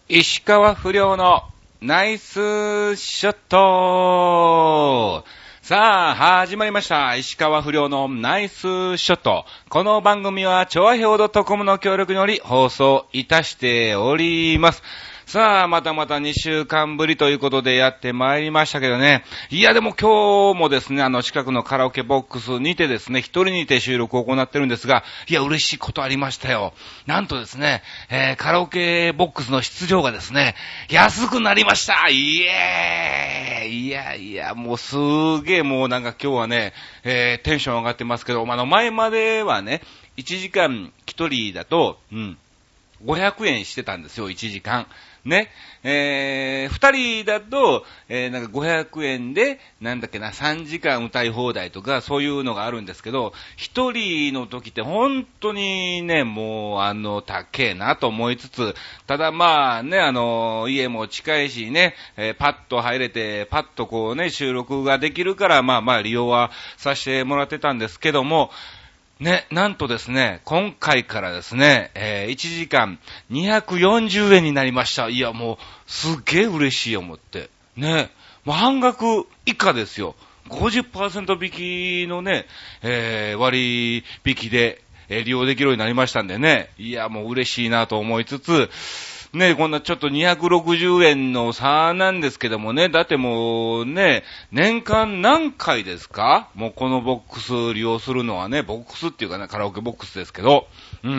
石川不良のナイスショット。さあ、始まりました。石川不良のナイスショット。この番組は、ちょわひょう .com の協力により放送いたしております。さあ、また2週間ぶりということでやってまいりましたけどね。いや、でも今日もですね、近くのカラオケボックスにてですね、一人にて収録を行ってるんですが、いや、嬉しいことありましたよ。なんとですね、カラオケボックスの出場がですね、安くなりました。イエーイ。いや、もうすげえ、もうなんか今日はね、テンション上がってますけど、前まではね、1時間一人だと、500円してたんですよ、1時間。ね。2人だと、なんか500円で、3時間歌い放題とか、そういうのがあるんですけど、1人の時って本当にね、もう高えなと思いつつ、ただ家も近いしね、パッと入れて、パッとこうね、収録ができるから、利用はさせてもらってたんですけども、ね、なんとですね、今回からですね、1時間240円になりました。いや、もう、すっげえ嬉しい思って。ね、もう半額以下ですよ。50% 引きのね、割引で、利用できるようになりましたんでね。いや、もう嬉しいなと思いつつ、ね、こんなちょっと260円の差なんですけどもね、だってもうね、年間何回ですか？もうこのボックス利用するのはね、ボックスっていうかね、カラオケボックスですけど、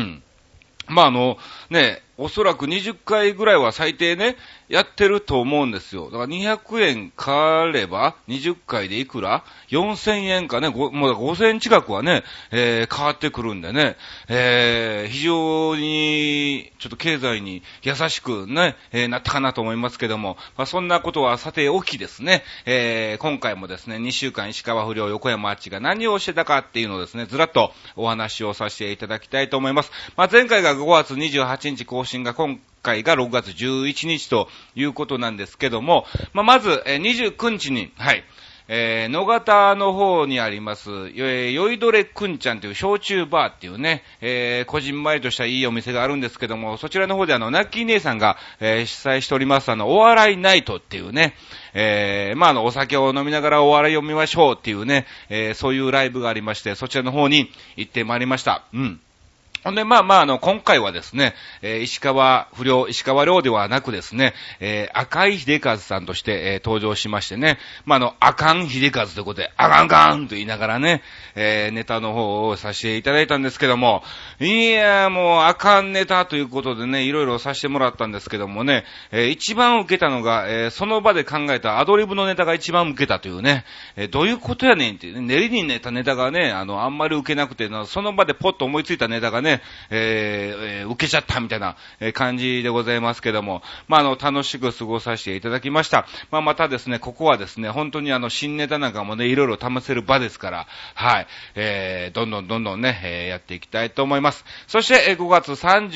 おそらく20回ぐらいは最低ね、やってると思うんですよ。だから200円変われば、20回でいくら ?4000 円かね、もう5000円近くはね、変わってくるんでね、非常に、ちょっと経済に優しくね、なったかなと思いますけども、そんなことはさておきですね、今回もですね、2週間石川不良横山あっちが何をしてたかっていうのをですね、ずらっとお話をさせていただきたいと思います。前回が5月28日更新が今回が6月11日ということなんですけども、まず、29日に、野方の方にあります、酔いどれくんちゃんという焼酎バーっていうね、こじんまりとしたいいお店があるんですけども、そちらの方でナッキー姉さんが、主催しておりますお笑いナイトっていうね、お酒を飲みながらお笑いを見ましょうっていうね、そういうライブがありまして、そちらの方に行ってまいりました。ほんで、今回はですね、石川遼ではなくですね、赤井秀和さんとして、登場しましてね、赤ん秀和ということで、あかんかんと言いながらね、ネタの方をさせていただいたんですけども、いや、もう、赤んネタということでね、いろいろさせてもらったんですけどもね、一番受けたのが、その場で考えたアドリブのネタが一番受けたというね、どういうことやねんっていうね、練りに練ったネタがね、あんまり受けなくて、その場でポッと思いついたネタがね、受けちゃったみたいな感じでございますけども、楽しく過ごさせていただきました。またですね、ここはですね、本当に新ネタなんかもね、いろいろ試せる場ですから、どんどんね、やっていきたいと思います。そして、5月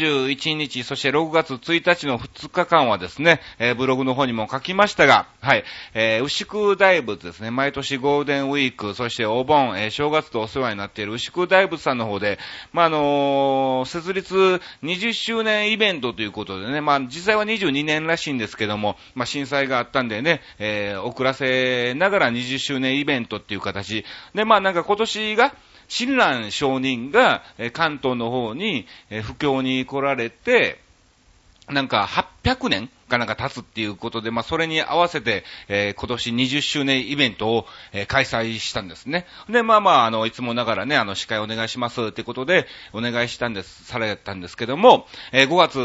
31日、そして6月1日の2日間はですね、ブログの方にも書きましたが、牛久大仏ですね、毎年ゴールデンウィーク、そしてお盆、正月とお世話になっている牛久大仏さんの方で、設立20周年イベントということでね、実際は22年らしいんですけども、震災があったんでね、遅らせながら20周年イベントっていう形で、今年が、親鸞上人が関東の方に布教に来られて、800年か経つっていうことで、それに合わせて、今年20周年イベントを、開催したんですね。で、いつもながらね、司会お願いしますってことで、お願いされたんですけども、5月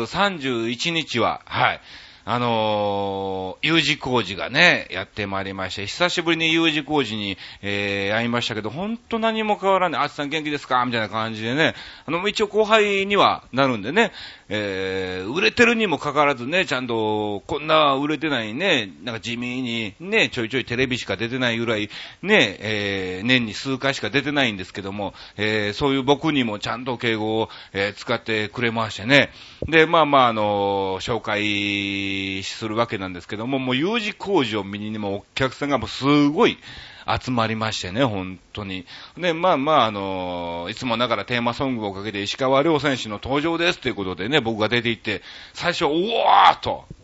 31日は、U 字工事がね、やってまいりまして、久しぶりに U 字工事に、会いましたけど、ほんと何も変わらない。あっさん元気ですかみたいな感じでね、一応後輩にはなるんでね、売れてるにもかかわらずね、ちゃんと、こんな売れてないね、地味にね、ちょいちょいテレビしか出てないぐらい、ね、年に数回しか出てないんですけども、そういう僕にもちゃんと敬語を、使ってくれましてね。で、紹介するわけなんですけども、もう U 字工事を見にもお客さんがもうすごい、集まりましてね、本当に。で、いつもながらテーマソングをかけて石川遼選手の登場ですということでね、僕が出て行って、最初、うわーと、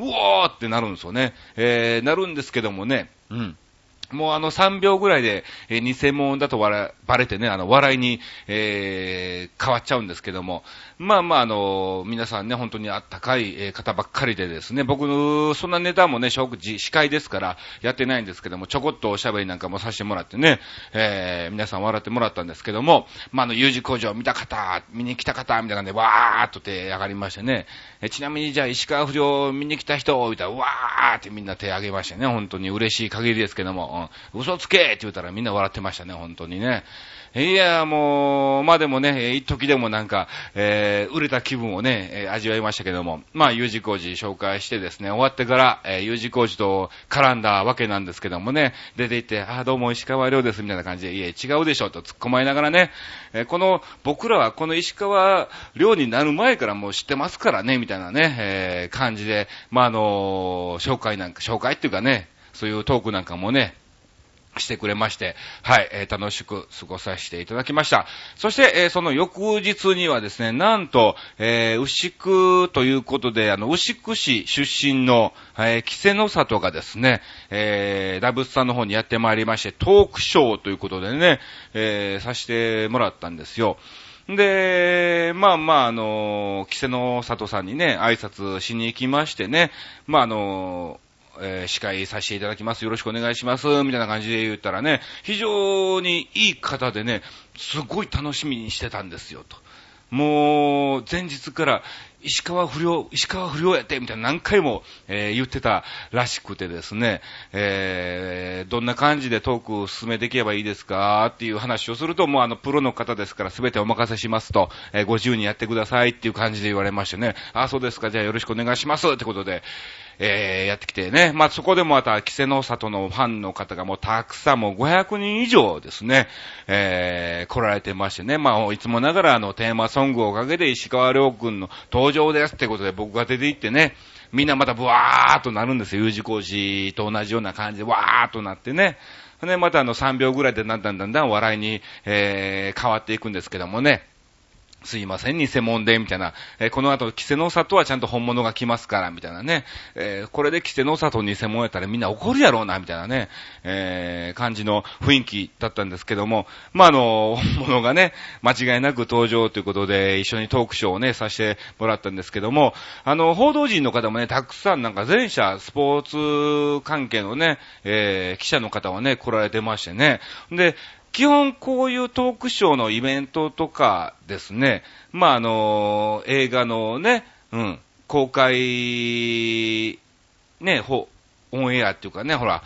うおーってなるんですよね。なるんですけどもね、もう3秒ぐらいで、偽物だとバレてね、笑いに、変わっちゃうんですけども。まあまあ皆さんね、本当にあったかい、方ばっかりでですね、僕の、そんなネタもね、司会ですから、やってないんですけども、ちょこっとおしゃべりなんかもさせてもらってね、皆さん笑ってもらったんですけども、まあU 字工場見た方、見に来た方、みたいなんで、わーっと手上がりましてね、ちなみにじゃあ石川不良見に来た人、みたいな、わーってみんな手上げましてね、本当に嬉しい限りですけども、嘘つけって言ったらみんな笑ってましたね、本当にね。いや、もう、まあでもね、一時でもなんか、売れた気分をね、味わいましたけども、まあ U 字工事紹介してですね、終わってから、U 字工事と絡んだわけなんですけどもね、出て行って、どうも石川亮です、みたいな感じで、いえ、違うでしょ、と突っ込まれながらね、僕らはこの石川亮になる前からもう知ってますからね、みたいなね、感じで、まあ紹介っていうかね、そういうトークなんかもね、してくれまして、はい、楽しく過ごさせていただきました。そして、その翌日にはですね、なんと、牛久ということで、牛久市出身の、稀勢の里がですね、ダブスさんの方にやってまいりまして、トークショーということでね、させてもらったんですよ。で、まあまあ、稀勢の里さんにね、挨拶しに行きましてね、まあ司会させていただきます。よろしくお願いします。みたいな感じで言ったらね、非常にいい方でね、すごい楽しみにしてたんですよ、と。もう、前日から、石川不良やって、みたいな何回も、言ってたらしくてですね、どんな感じでトークを進めていけばいいですかっていう話をすると、もうプロの方ですから全てお任せしますと、ご自由にやってくださいっていう感じで言われましてね、そうですか、じゃあよろしくお願いしますってことで、やってきてね、まあそこでもまた、稀勢の里のファンの方がもうたくさん、もう500人以上ですね、来られてましてね、まあいつもながらテーマソングをおかげで石川亮君の登場ですってことで僕が出て行ってね、みんなまたブワーっとなるんですよ。U 字工事と同じような感じでわーっとなってね。で、また3秒ぐらいでだんだん笑いに、変わっていくんですけどもね。すいません、偽物で、みたいな。この後、稀勢の里はちゃんと本物が来ますから、みたいなね。これで稀勢の里偽物やったらみんな怒るやろうな、みたいなね。感じの雰囲気だったんですけども。まあ、本物がね、間違いなく登場ということで、一緒にトークショーをね、させてもらったんですけども、報道陣の方もね、たくさんなんか全社スポーツ関係のね、記者の方はね、来られてましてね。で、基本こういうトークショーのイベントとかですね、まあ映画のね、公開、ね、オンエアっていうかね、ほら、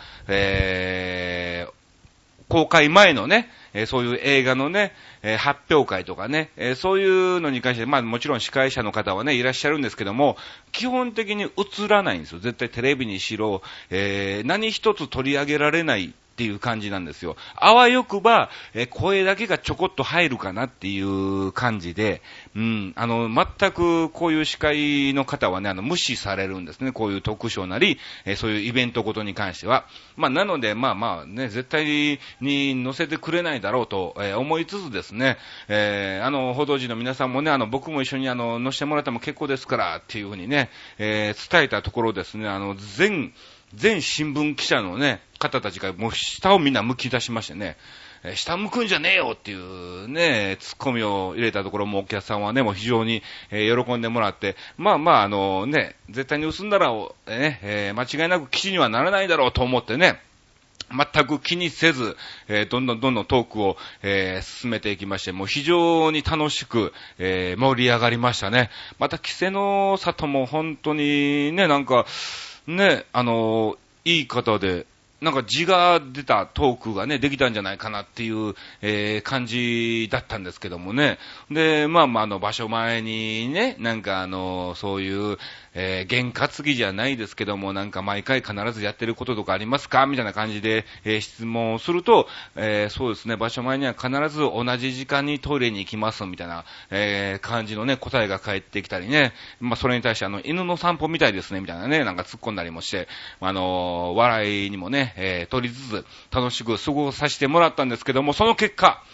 公開前のね、そういう映画のね、発表会とかね、そういうのに関して、まあもちろん司会者の方はね、いらっしゃるんですけども、基本的に映らないんですよ。絶対テレビにしろ、何一つ取り上げられないっていう感じなんですよ。あわよくば、声だけがちょこっと入るかなっていう感じで、全くこういう司会の方はね、無視されるんですね。こういう特賞なり、そういうイベントごとに関しては。まあ、なので、まあね、絶対に載せてくれないだろうと、思いつつですね、報道陣の皆さんもね、僕も一緒に載せてもらっても結構ですからっていうふうにね、伝えたところですね、全新聞記者のね、方たちがもう下をみんな向き出しましてね、下向くんじゃねえよっていうね、ツッコミを入れたところもお客さんはね、もう非常に、喜んでもらって、まあね、絶対に薄んだら、間違いなく記事にはならないだろうと思ってね、全く気にせず、どんどんトークを、進めていきまして、もう非常に楽しく、盛り上がりましたね。また、稀勢の里も本当にね、なんか、ね、いい方で、なんか字が出たトークがね、できたんじゃないかなっていう、感じだったんですけどもね。で、まあ場所前にね、なんかそういう、験担ぎじゃないですけども、なんか毎回必ずやってることとかありますかみたいな感じで、質問をすると、そうですね、場所前には必ず同じ時間にトイレに行きますみたいな、感じのね、答えが返ってきたりね、まあそれに対して犬の散歩みたいですね、みたいなね、なんか突っ込んだりもして、笑いにもね、取りつつ楽しく過ごさせてもらったんですけども、その結果、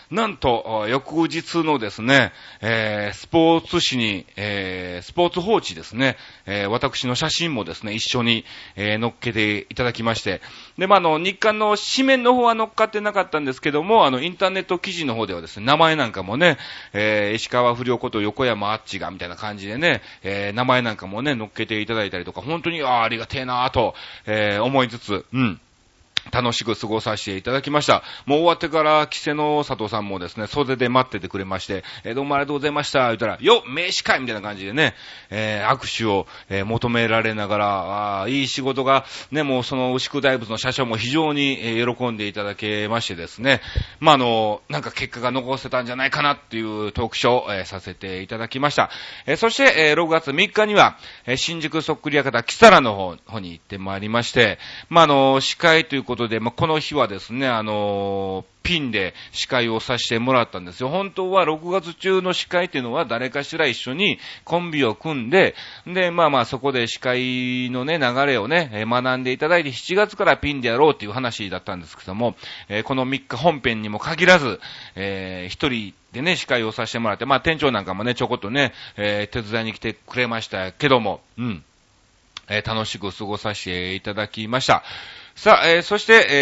なんと、翌日のですね、スポーツ紙に、スポーツ報知ですね、私の写真もですね、一緒に、載っけていただきまして、で、日刊の紙面の方は載っかってなかったんですけども、インターネット記事の方ではですね、名前なんかもね、石川不良こと横山あっちが、みたいな感じでね、名前なんかもね、載っけていただいたりとか、本当に、ありがてえなぁと、思いつつ、楽しく過ごさせていただきました。もう終わってから、稀勢の佐藤さんもですね、袖で待っててくれまして、どうもありがとうございました、言ったら、よっ、名刺会みたいな感じでね、握手を、求められながら、いい仕事が、ね、もうその牛久大仏の社長も非常に、喜んでいただけましてですね、なんか結果が残せたんじゃないかなっていうトークショーを、させていただきました。そして、6月3日には、新宿そっくり館キサラの方に行ってまいりまして、司会ということで、この日はですね、ピンで司会をさせてもらったんですよ。本当は6月中の司会っていうのは誰かしら一緒にコンビを組んで、で、そこで司会のね、流れをね、学んでいただいて7月からピンでやろうっていう話だったんですけども、この3日本編にも限らず、一人でね、司会をさせてもらって、店長なんかもね、ちょこっとね、手伝いに来てくれましたけども、楽しく過ごさせていただきました。さあ、そして、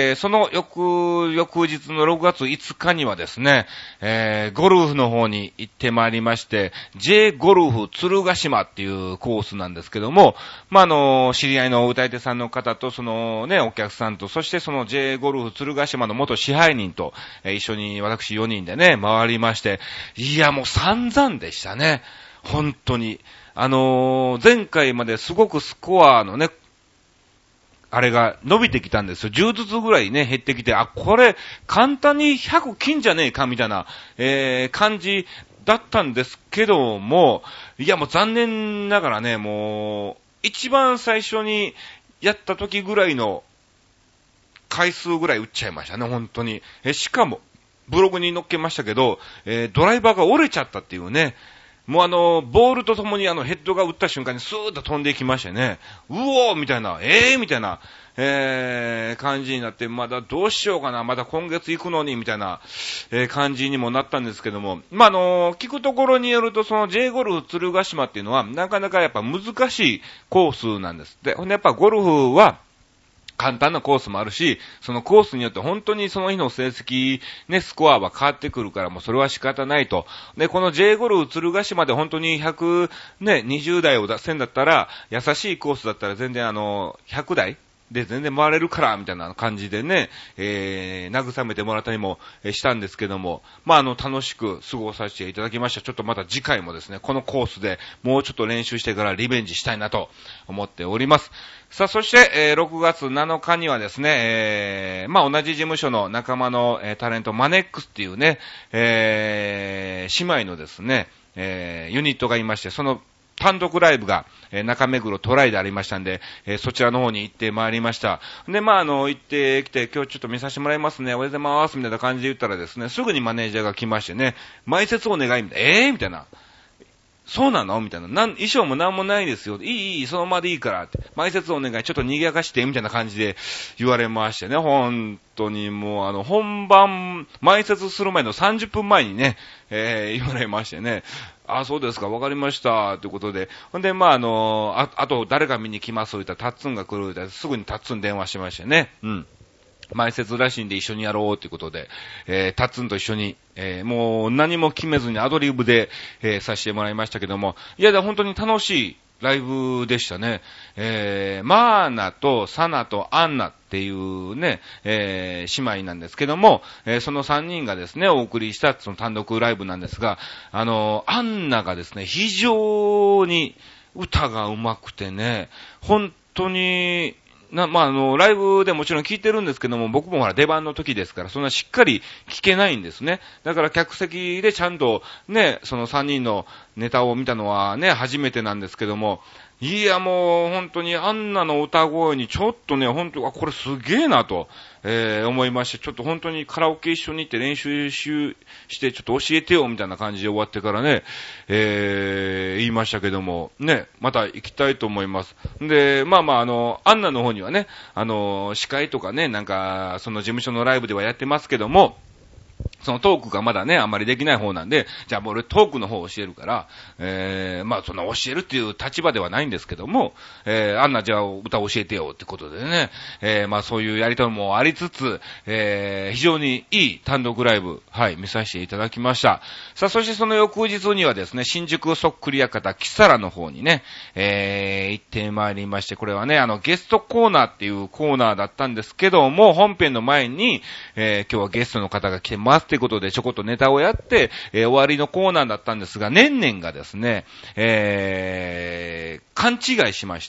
その翌日の6月5日にはですね、ゴルフの方に行ってまいりまして、J ゴルフ鶴ヶ島っていうコースなんですけども、知り合いの歌い手さんの方と、そのね、お客さんと、そしてその J ゴルフ鶴ヶ島の元支配人と、一緒に私4人でね、回りまして、いや、もう散々でしたね。本当に。前回まですごくスコアのね、あれが伸びてきたんですよ。10ずつぐらいね、減ってきて、これ、簡単に100金じゃねえか、みたいな、感じだったんですけども、いや、もう残念ながらね、もう、一番最初にやった時ぐらいの回数ぐらい打っちゃいましたね、本当に。しかも、ブログに載っけましたけど、ドライバーが折れちゃったっていうね、もうボールとともにヘッドが打った瞬間にスーッと飛んでいきましてね、うおーみたいな、みたいな、感じになって、まだどうしようかな、まだ今月行くのに、みたいな、感じにもなったんですけども、聞くところによると、その J ゴルフ鶴ヶ島っていうのは、なかなかやっぱ難しいコースなんです。で、ほんでやっぱゴルフは、簡単なコースもあるし、そのコースによって本当にその日の成績、ね、スコアは変わってくるからもうそれは仕方ないと。で、この J ゴルフ鶴ヶ島で本当に100、ね、20台を出せんだったら、優しいコースだったら全然100台で全然回れるから、みたいな感じでね、慰めてもらったりもしたんですけども、楽しく過ごさせていただきました。ちょっとまた次回もですね、このコースでもうちょっと練習してからリベンジしたいなと思っております。さあ、そして、6月7日にはですね、同じ事務所の仲間の、タレントマネックスっていうね、姉妹のですね、ユニットがいまして、その単独ライブが、中目黒トライでありましたんで、そちらの方に行ってまいりました。で、行ってきて、今日ちょっと見させてもらいますね、おはようございます、みたいな感じで言ったらですね、すぐにマネージャーが来ましてね、前説お願い、みたいな、みたいな。そうなのみたいな。衣装もなんもないですよ。いい、そのままでいいからって。前説お願い、ちょっと賑やかして、みたいな感じで言われましてね。本当にもう本番、前説する前の30分前にね、言われましてね。そうですか、わかりました、ということで。ほんで、あと誰が見に来ますと言ったら、タッツンが来るって、すぐにタッツン電話しましてね。前説らしいんで一緒にやろうということで、タッツンと一緒に、もう何も決めずにアドリブで、させてもらいましたけども、いや、本当に楽しいライブでしたね。マーナとサナとアンナっていうね、姉妹なんですけども、その3人がですね、お送りしたその単独ライブなんですが、アンナがですね、非常に歌が上手くてね、本当に、ライブでもちろん聞いてるんですけども、僕もほら出番の時ですから、そんなしっかり聞けないんですね。だから客席でちゃんとね、その3人のネタを見たのはね、初めてなんですけども、いやもう本当にアンナの歌声にちょっとね、本当、これすげえなと、思いまして、ちょっと本当にカラオケ一緒に行って練習してちょっと教えてよみたいな感じで終わってからね、言いましたけども、ね、また行きたいと思います。で、アンナの方にはね、司会とかね、なんか、その事務所のライブではやってますけども、 そのトークがまだね、あんまりできない方なんで、じゃあもう俺トークの方を教えるから、まあその教えるっていう立場ではないんですけども、あんなじゃあ歌教えてよってことでね、まあそういうやりとりもありつつ、非常にいい単独ライブ、はい、見させていただきました。さあ、そしてその翌日にはですね、新宿そっくり館キサラの方にね、行ってまいりまして、これはね、ゲストコーナーっていうコーナーだったんですけども、本編の前に、今日はゲストの方が来てますってことでちょこっとネタをやって、終わりのコーナーだったんですが、年々がですね、勘違いしまして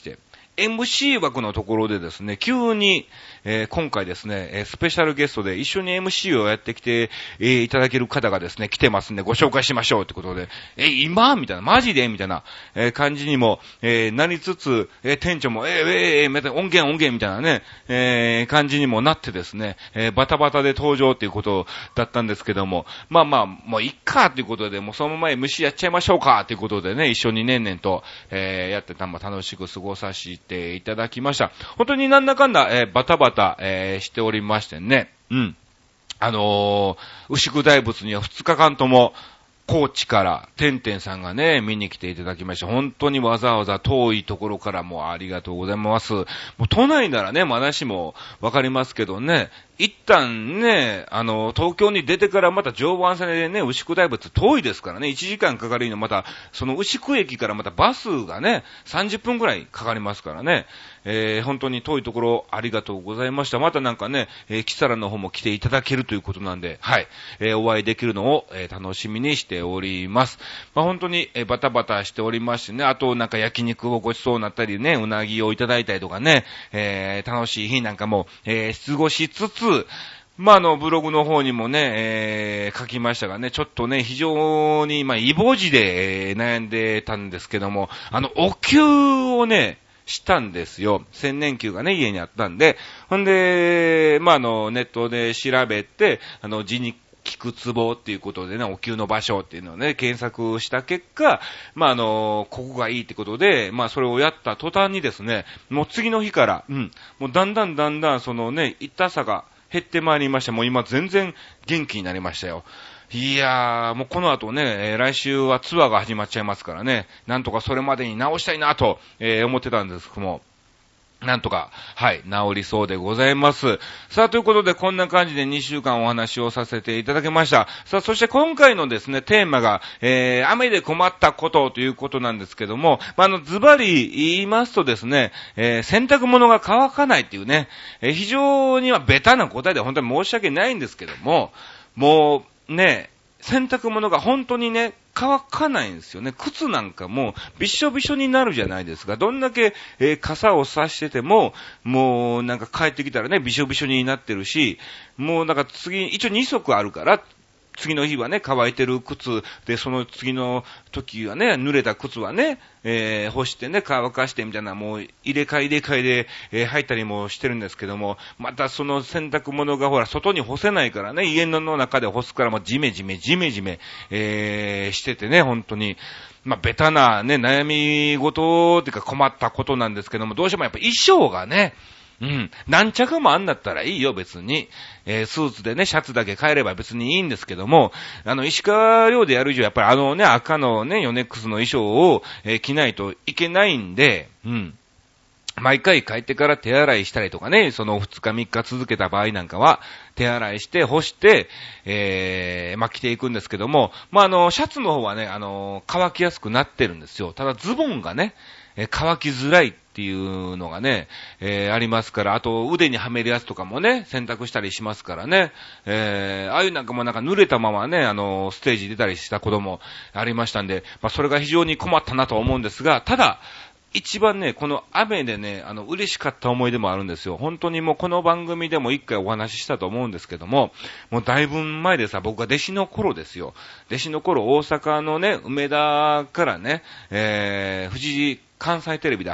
、MC 枠のところでですね、急に、今回ですね、スペシャルゲストで一緒に MC をやってきて、いただける方がですね、来てますんでご紹介しましょうってことで、今みたいな、マジでみたいな、感じにも、なりつつ、店長も、音源みたいなね、感じにもなってですね、バタバタで登場っていうことだったんですけども、まあまあ、もういっかっていうことで、もうそのまま MC やっちゃいましょうかっていうことでね、一緒に年々と、やってたま楽しく過ごさせていただきました。本当になんだかんだ、バタバタ、しておりましてね。うん。牛久大仏には2日間とも、高知から、てんてんさんがね、見に来ていただきました。本当にわざわざ遠いところからもありがとうございます。もう都内ならね、話もわかりますけどね、一旦ね、東京に出てからまた常磐線でね、牛久大仏遠いですからね、1時間かかるのまた、その牛久駅からまたバスがね、30分くらいかかりますからね、本当に遠いところありがとうございました。またなんかね、キサラの方も来ていただけるということなんで、はい、お会いできるのを、楽しみにしております。まあ、本当に、バタバタしておりましてね、あとなんか焼肉をごちそうになったりね、うなぎをいただいたりとかね、楽しい日なんかも、過ごしつつ、まあ、ブログの方にもね、書きましたがね、ちょっとね、非常に、まあ、イボ痔で、悩んでたんですけども、お灸をね、したんですよ。千年灸がね、家にあったんで。ほんで、まあ、ネットで調べて、痔に効くツボっていうことでね、お灸の場所っていうのをね、検索した結果、まあ、ここがいいってことで、まあ、それをやった途端にですね、もう次の日から、もうだんだん、そのね、痛さが減ってまいりました。もう今全然元気になりましたよ。いやー、もうこの後ね、来週はツアーが始まっちゃいますからね、なんとかそれまでに治したいなと、思ってたんですけども、なんとか、はい、治りそうでございます。さあ、ということで、こんな感じで2週間お話をさせていただきました。さあ、そして今回のですね、テーマが、雨で困ったことということなんですけども、ズバリ言いますとですね、洗濯物が乾かないっていうね、非常にはベタな答えで本当に申し訳ないんですけども、もう、ね、洗濯物が本当にね、乾かないんですよね。靴なんかもびしょびしょになるじゃないですか。どんだけ、傘を差してても、もうなんか帰ってきたらね、びしょびしょになってるし、もうなんか次、一応2足あるから、次の日はね、乾いてる靴で、その次の時はね、濡れた靴はね、干してね、乾かしてみたいな、もう入れ替えで、履いたりもしてるんですけども、またその洗濯物がほら、外に干せないからね、家の中で干すからもうジメジメ、しててね、本当に。まあ、ベタなね、悩み事っていうか困ったことなんですけども、どうしてもやっぱ衣装がね、何着もあんだったらいいよ、別に。スーツでね、シャツだけ変えれば別にいいんですけども、石川遼でやる以上、やっぱりね、赤のね、ヨネックスの衣装を、着ないといけないんで、毎回帰ってから手洗いしたりとかね、その2日3日続けた場合なんかは、手洗いして干して、着ていくんですけども、シャツの方はね、乾きやすくなってるんですよ。ただズボンがね、乾きづらいっていうのがね、ありますから、あと腕にはめるやつとかもね、洗濯したりしますからね、ああいうなんかもなんか濡れたままね、ステージ出たりしたこともありましたんで、それが非常に困ったなと思うんですが、ただ、一番ね、この雨でね、嬉しかった思い出もあるんですよ。本当にもうこの番組でも一回お話ししたと思うんですけども、もうだいぶ前でさ、僕が弟子の頃ですよ。弟子の頃、大阪のね、梅田からね、関西テレビだ。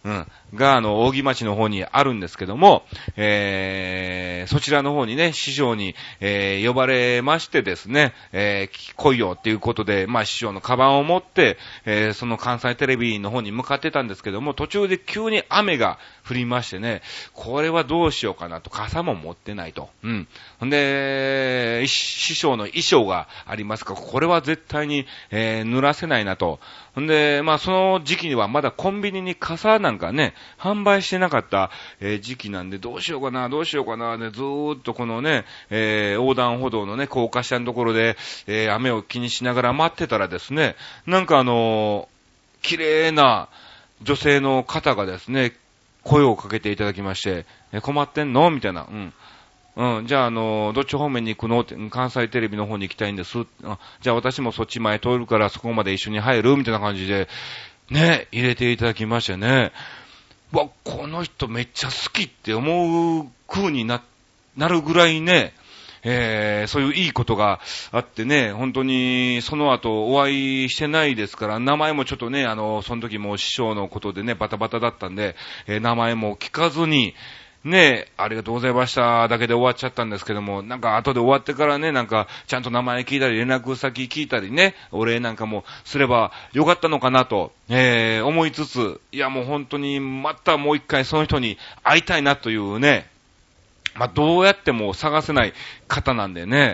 が、扇町の方にあるんですけども、そちらの方にね、師匠に、呼ばれましてですね、来いよっていうことで、まあ、師匠のカバンを持って、その関西テレビの方に向かってたんですけども、途中で急に雨が降りましてね、これはどうしようかなと、傘も持ってないと。んで、師匠の衣装がありますから、これは絶対に、濡らせないなと。んで、まあ、その時期にはまだコンビニに傘なんかね、販売してなかった、時期なんで、どうしようかな、で、ずーっとこのね、横断歩道のね、高架下のところで、雨を気にしながら待ってたらですね、なんか綺麗な女性の方がですね、声をかけていただきまして、困ってんのみたいな。じゃあ、どっち方面に行くのって、関西テレビの方に行きたいんです。じゃあ私もそっち前通るからそこまで一緒に入るみたいな感じで、ね、入れていただきましてね。わ、この人めっちゃ好きって思う風になるぐらいね、そういういいことがあってね、本当にその後お会いしてないですから、名前もちょっとね、その時も師匠のことでね、バタバタだったんで、名前も聞かずに、ねありがとうございましただけで終わっちゃったんですけども、なんか後で終わってからね、なんかちゃんと名前聞いたり連絡先聞いたりね、お礼なんかもすればよかったのかなと、思いつつ、いやもう本当にまたもう一回その人に会いたいなというね、まあ、どうやっても探せない方なんでね、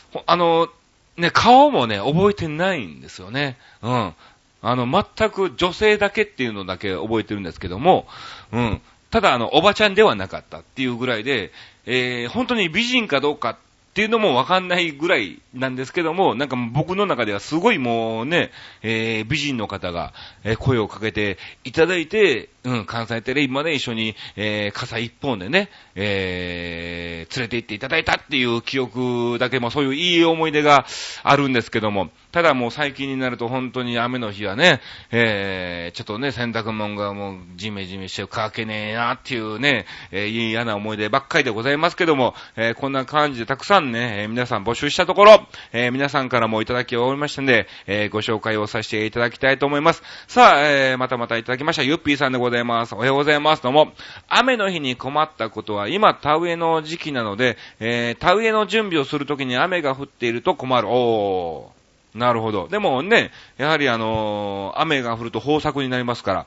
顔もね、覚えてないんですよね。全く女性だけっていうのだけ覚えてるんですけども、ただおばちゃんではなかったっていうぐらいで、本当に美人かどうかっていうのもわかんないぐらいなんですけども、なんか僕の中ではすごいもうね、美人の方が、声をかけていただいて、関西テレビまで一緒に、傘一本でね、連れて行っていただいたっていう記憶だけもそういういい思い出があるんですけども、ただもう最近になると本当に雨の日はね、ちょっとね、洗濯物がもうジメジメして乾けねえなっていうね、嫌な思い出ばっかりでございますけども、こんな感じでたくさんね、皆さん募集したところ、皆さんからもいただきおりましたんで、ご紹介をさせていただきたいと思います。さあ、またいただきました。ゆっぴーさんでございます。おはようございます。どうも。雨の日に困ったことは、今田植えの時期なので、田植えの準備をするときに雨が降っていると困る。なるほど。でもね、やはり雨が降ると豊作になりますから、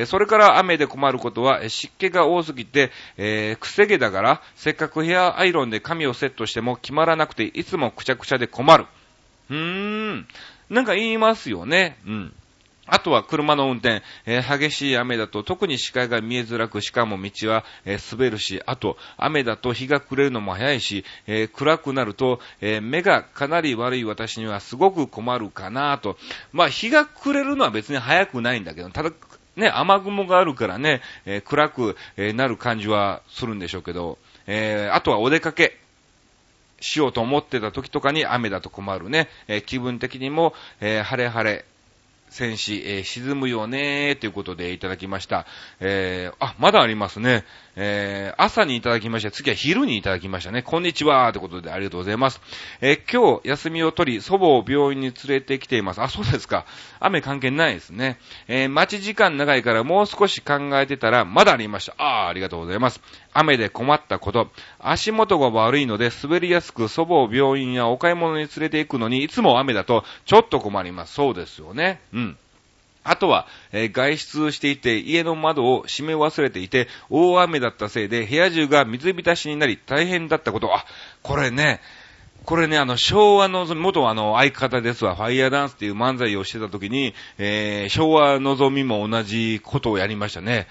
それから雨で困ることは、湿気が多すぎて、くせ毛だから、せっかくヘアアイロンで髪をセットしても決まらなくて、いつもくちゃくちゃで困る。なんか言いますよね。あとは車の運転、激しい雨だと特に視界が見えづらく、しかも道は、滑るし、あと雨だと日が暮れるのも早いし、暗くなると、目がかなり悪い私にはすごく困るかなと。まあ日が暮れるのは別に早くないんだけど、ただね、雨雲があるからね、暗く、なる感じはするんでしょうけど、あとはお出かけしようと思ってた時とかに雨だと困るね。気分的にも、晴れ晴れ戦士、沈むよねーということでいただきました。まだありますね。朝にいただきました。次は昼にいただきましたね。こんにちはということでありがとうございます。今日休みを取り、祖母を病院に連れてきています。あ、そうですか。雨関係ないですね。待ち時間長いからもう少し考えてたらまだありました。ありがとうございます。雨で困ったこと。足元が悪いので滑りやすく祖母を病院やお買い物に連れて行くのにいつも雨だとちょっと困ります。そうですよね。あとは、外出していて家の窓を閉め忘れていて大雨だったせいで部屋中が水浸しになり大変だったこと。これね、昭和の元相方ですわ、ファイヤーダンスっていう漫才をしてた時に、昭和のぞみも同じことをやりましたね。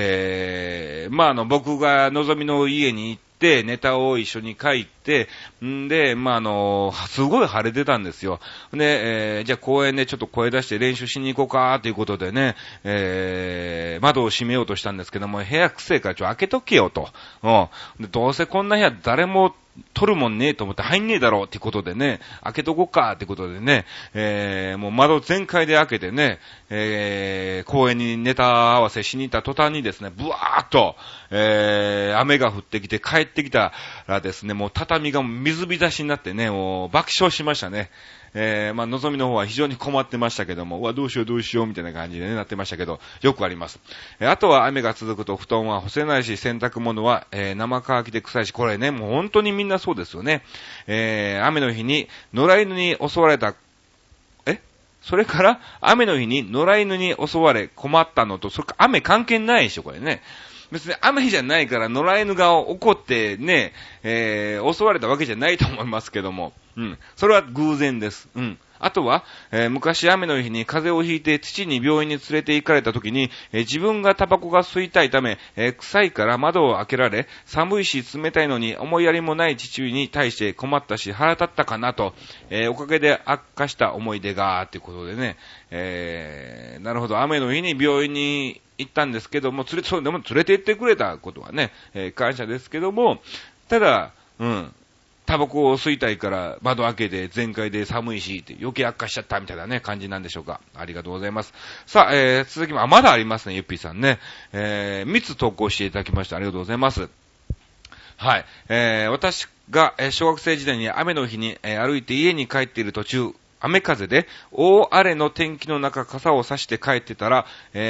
僕がのぞみの家に行って、ネタを一緒に書いて、で、すごい晴れてたんですよ。で、じゃあ公園でちょっと声出して練習しに行こうか、ということでね、窓を閉めようとしたんですけども、部屋くせえから開けとけよと。でどうせこんな部屋誰も取るもんねえと思って入んねえだろうってことでね、開けとこうかってことでね、もう窓全開で開けてね、 公園にネタ合わせしに行った途端にですね、ブワーっと、雨が降ってきて帰ってきたらですね、もう畳が水浸しになってね、もう爆笑しましたね。のぞみの方は非常に困ってましたけども、うわ、どうしよう、みたいな感じでね、なってましたけど、よくあります。あとは雨が続くと布団は干せないし、洗濯物は、生乾きで臭いし、これね、もう本当にみんなそうですよね。雨の日に野良犬に襲われた、それから、雨の日に野良犬に襲われ困ったのと、それか雨関係ないでしょ、これね。別に雨じゃないから野良犬が怒ってね、襲われたわけじゃないと思いますけども。うん。それは偶然です。うん。あとは、昔雨の日に風邪をひいて父に病院に連れて行かれた時に、自分がタバコが吸いたいため、臭いから窓を開けられ、寒いし冷たいのに思いやりもない父に対して困ったし腹立ったかなと、おかげで悪化した思い出が、ということでね、なるほど、雨の日に病院に行ったんですけども、でも連れて行ってくれたことはね、感謝ですけども、ただ、タバコを吸いたいから窓開けて全開で寒いしって余計悪化しちゃったみたいなね感じなんでしょうか。ありがとうございます。さあ、続きまだありますね、ゆっぴーさんね。3つ投稿していただきましてありがとうございます。はい。私が小学生時代に雨の日に歩いて家に帰っている途中、雨風で大荒れの天気の中傘を差して帰ってたら、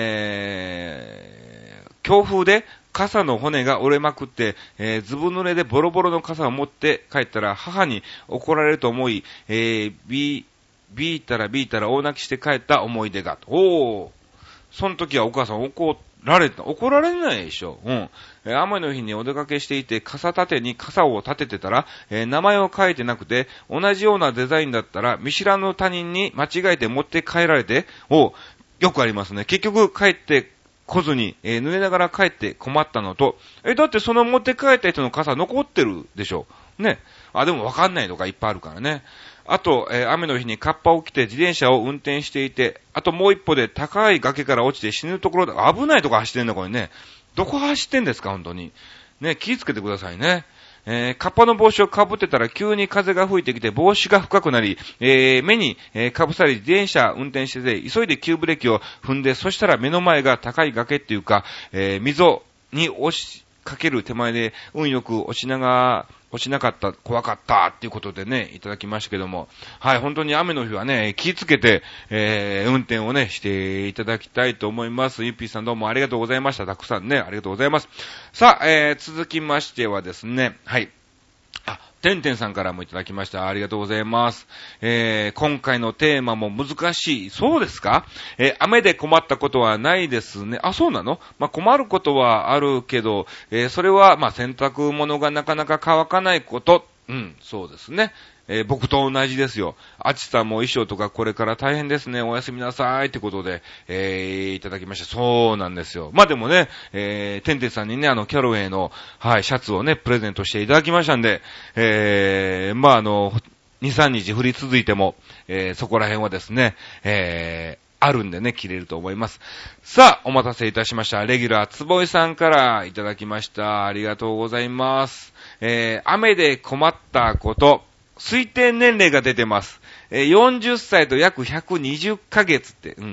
強風で傘の骨が折れまくって、ずぶ濡れでボロボロの傘を持って帰ったら母に怒られると思い、ビーたら大泣きして帰った思い出が。その時はお母さん怒られないでしょ。雨の日にお出かけしていて傘立てに傘を立ててたら、名前を書いてなくて同じようなデザインだったら見知らぬ他人に間違えて持って帰られて、よくありますね。結局帰って来ずに、濡れながら帰って困ったのと、だってその持って帰った人の傘残ってるでしょ。ね。でもわかんないとかいっぱいあるからね。あと、雨の日にカッパを着て自転車を運転していて、あともう一歩で高い崖から落ちて死ぬところで、危ないとこ走ってんだこれね。どこ走ってんですか本当に。ね、気をつけてくださいね。カッパの帽子をかぶってたら急に風が吹いてきて帽子が深くなり、目に、かぶさり自転車運転してて、急いで急ブレーキを踏んで、そしたら目の前が高い崖っていうか、溝に押しかける手前で運よく落ちなかった、怖かったっていうことでね、いただきましたけども。はい、本当に雨の日はね、気をつけて、運転をね、していただきたいと思います。ゆっぴーさんどうもありがとうございました。たくさんね、ありがとうございます。さあ、続きましてはですね、はい。てんてんさんからもいただきました。ありがとうございます。今回のテーマも難しい。そうですか？雨で困ったことはないですね。そうなの？困ることはあるけど、それは洗濯物がなかなか乾かないこと。そうですね。僕と同じですよ。あちさんも衣装とかこれから大変ですね。おやすみなさいってことで、いただきました。そうなんですよ。でもね、てんてんさんにね、キャロウェイの、はい、シャツをね、プレゼントしていただきましたんで、2、3日降り続いても、そこら辺はですね、あるんでね、着れると思います。さあ、お待たせいたしました。レギュラーつぼいさんからいただきました。ありがとうございます。雨で困ったこと、推定年齢が出てます。40歳と約120ヶ月って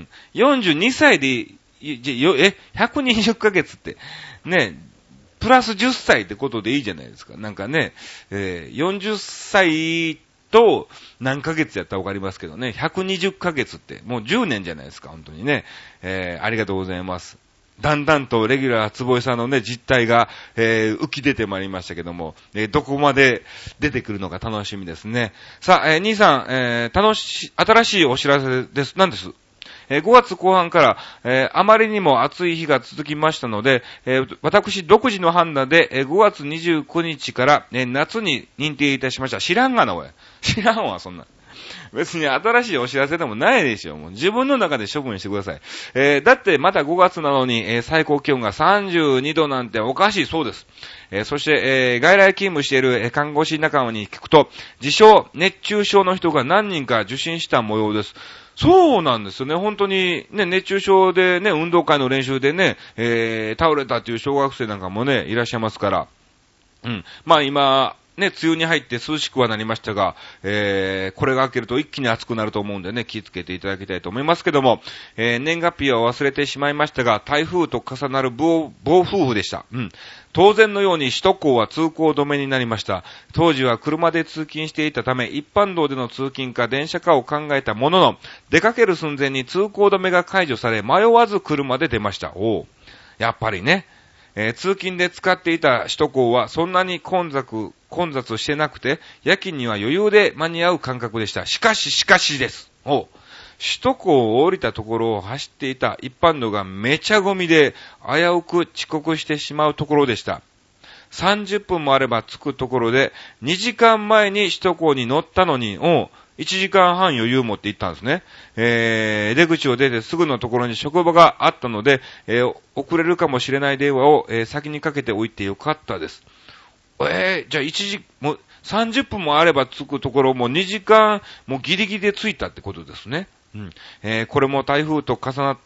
、42歳で、120ヶ月って、ね、プラス10歳ってことでいいじゃないですか。なんかね、40歳と何ヶ月やったらわかりますけどね、120ヶ月ってもう10年じゃないですか、本当にね。ありがとうございます。だんだんとレギュラーつぼいさんのね、実態が、浮き出てまいりましたけども、どこまで出てくるのか楽しみですね。さあ、兄さん、新しいお知らせです。何です？5月後半から、あまりにも暑い日が続きましたので、私独自の判断で、5月29日から、夏に認定いたしました。知らんがな、おい。知らんわ、そんな。別に新しいお知らせでもないでしょ。もう自分の中で処分してください。だってまた5月なのに、最高気温が32度なんておかしいそうです。そして、外来勤務している、看護師仲間に聞くと、自称熱中症の人が何人か受診した模様です。そうなんですよね。本当にね、熱中症でね、運動会の練習でね、倒れたっていう小学生なんかもね、いらっしゃいますから。今、 ね、梅雨に入って涼しくはなりましたが、これが明けると一気に暑くなると思うんでね、気をつけていただきたいと思いますけども、年月日は忘れてしまいましたが、台風と重なる暴風雨でした。当然のように首都高は通行止めになりました。当時は車で通勤していたため、一般道での通勤か電車かを考えたものの、出かける寸前に通行止めが解除され、迷わず車で出ました。やっぱりね、通勤で使っていた首都高はそんなに混雑してなくて、夜勤には余裕で間に合う感覚でした。しかしです。首都高を降りたところを走っていた一般道がめちゃゴミで危うく遅刻してしまうところでした。30分もあれば着くところで2時間前に首都高に乗ったのに、1時間半余裕持って行ったんですね。出口を出てすぐのところに職場があったので、遅れるかもしれない電話を、先にかけておいてよかったです。じゃあもう30分もあれば着くところも2時間もうギリギリで着いたってことですね。これも台風と重なった、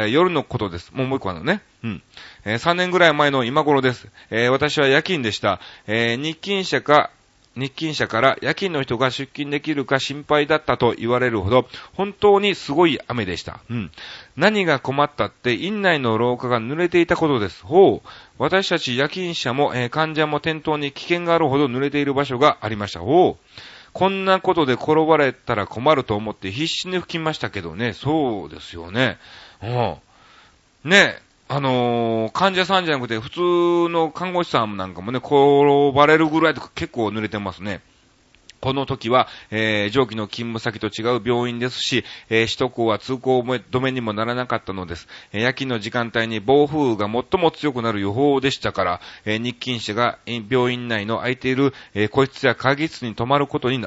夜のことです。もう一個あるのね。3年ぐらい前の今頃です。私は夜勤でした。日勤者から夜勤の人が出勤できるか心配だったと言われるほど、本当にすごい雨でした。何が困ったって、院内の廊下が濡れていたことです。私たち夜勤者も、患者も転倒に危険があるほど濡れている場所がありました。こんなことで転ばれたら困ると思って必死に吹きましたけどね。そうですよね。ね、患者さんじゃなくて普通の看護師さんなんかもね、転ばれるぐらいとか結構濡れてますね。この時は、上記の勤務先と違う病院ですし、首都高は通行止めにもならなかったのです。夜勤の時間帯に暴風雨が最も強くなる予報でしたから、日勤者が病院内の空いている、個室や会議室に泊まることに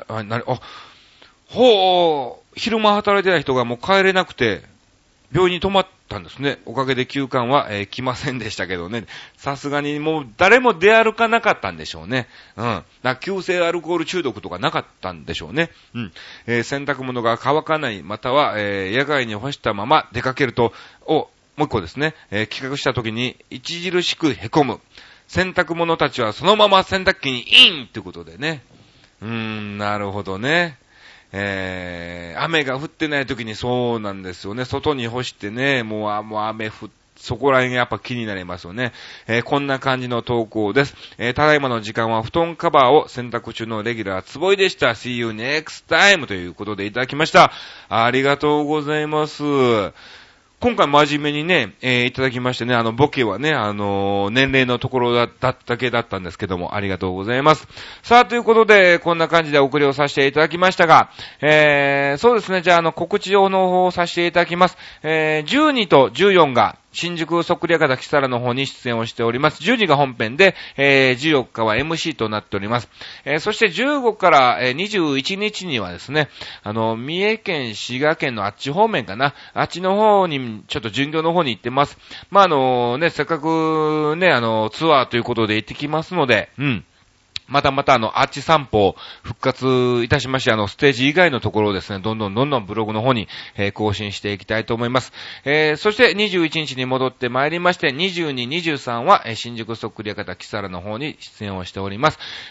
昼間働いてた人がもう帰れなくて、病院に泊まったんですね。おかげで休館は、来ませんでしたけどね。さすがにもう誰も出歩かなかったんでしょうね。急性アルコール中毒とかなかったんでしょうね。洗濯物が乾かない、または、野外に干したまま出かけると、もう一個ですね。企画した時に著しく凹む。洗濯物たちはそのまま洗濯機にインってことでね。なるほどね。雨が降ってない時にそうなんですよね。外に干してね、もう雨そこら辺がやっぱ気になりますよね。こんな感じの投稿です。ただいまの時間は布団カバーを洗濯中のレギュラーつぼいでした。See you next time ということでいただきました。ありがとうございます。今回真面目にね、いただきましてね、ボケはね、年齢のところだけだったんですけども、ありがとうございます。さあ、ということで、こんな感じでお送りをさせていただきましたが、そうですね、じゃあ、告知用の方をさせていただきます。12と14が、新宿そっくり館キサラの方に出演をしております。12が本編で、14日は MC となっております。そして15から、21日にはですね、三重県、滋賀県のあっち方面かな。あっちの方に、ちょっと巡業の方に行ってます。せっかくね、ツアーということで行ってきますので、またあっち散歩を復活いたしまして、ステージ以外のところをですね、どんどんブログの方に、更新していきたいと思います。そして21日に戻ってまいりまして、22、23は、新宿そっくり館キサラの方に出演をしております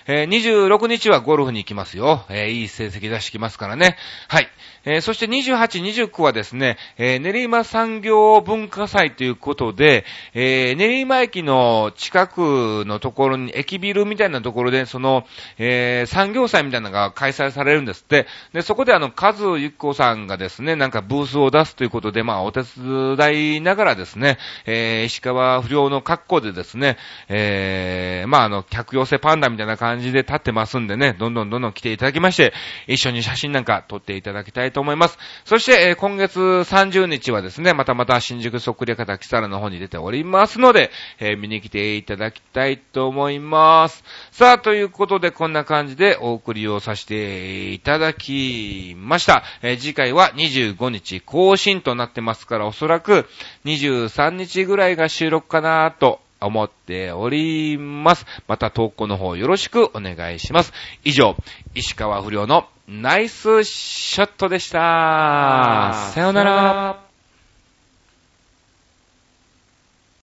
。26日はゴルフに行きますよ。いい成績出してきますからね。はい。そして28、29はですね、練馬産業文化祭ということで、練馬駅の近くのところに、駅ビルみたいなところで、産業祭みたいなのが開催されるんですって。で、そこでカズユキコさんがですね、なんかブースを出すということで、お手伝いながらですね、石川不良の格好でですね、客寄せパンダみたいな感じで立ってますんでね、どんどん来ていただきまして、一緒に写真なんか撮っていただきたいと思います。そして、今月30日はですね、また新宿そっくり館キサラの方に出ておりますので、見に来ていただきたいと思います。さあ、ということでこんな感じでお送りをさせていただきました。次回は25日更新となってますから、おそらく23日ぐらいが収録かなと思っております。また投稿の方よろしくお願いします。以上、石川不良のナイスショットでした。さようなら。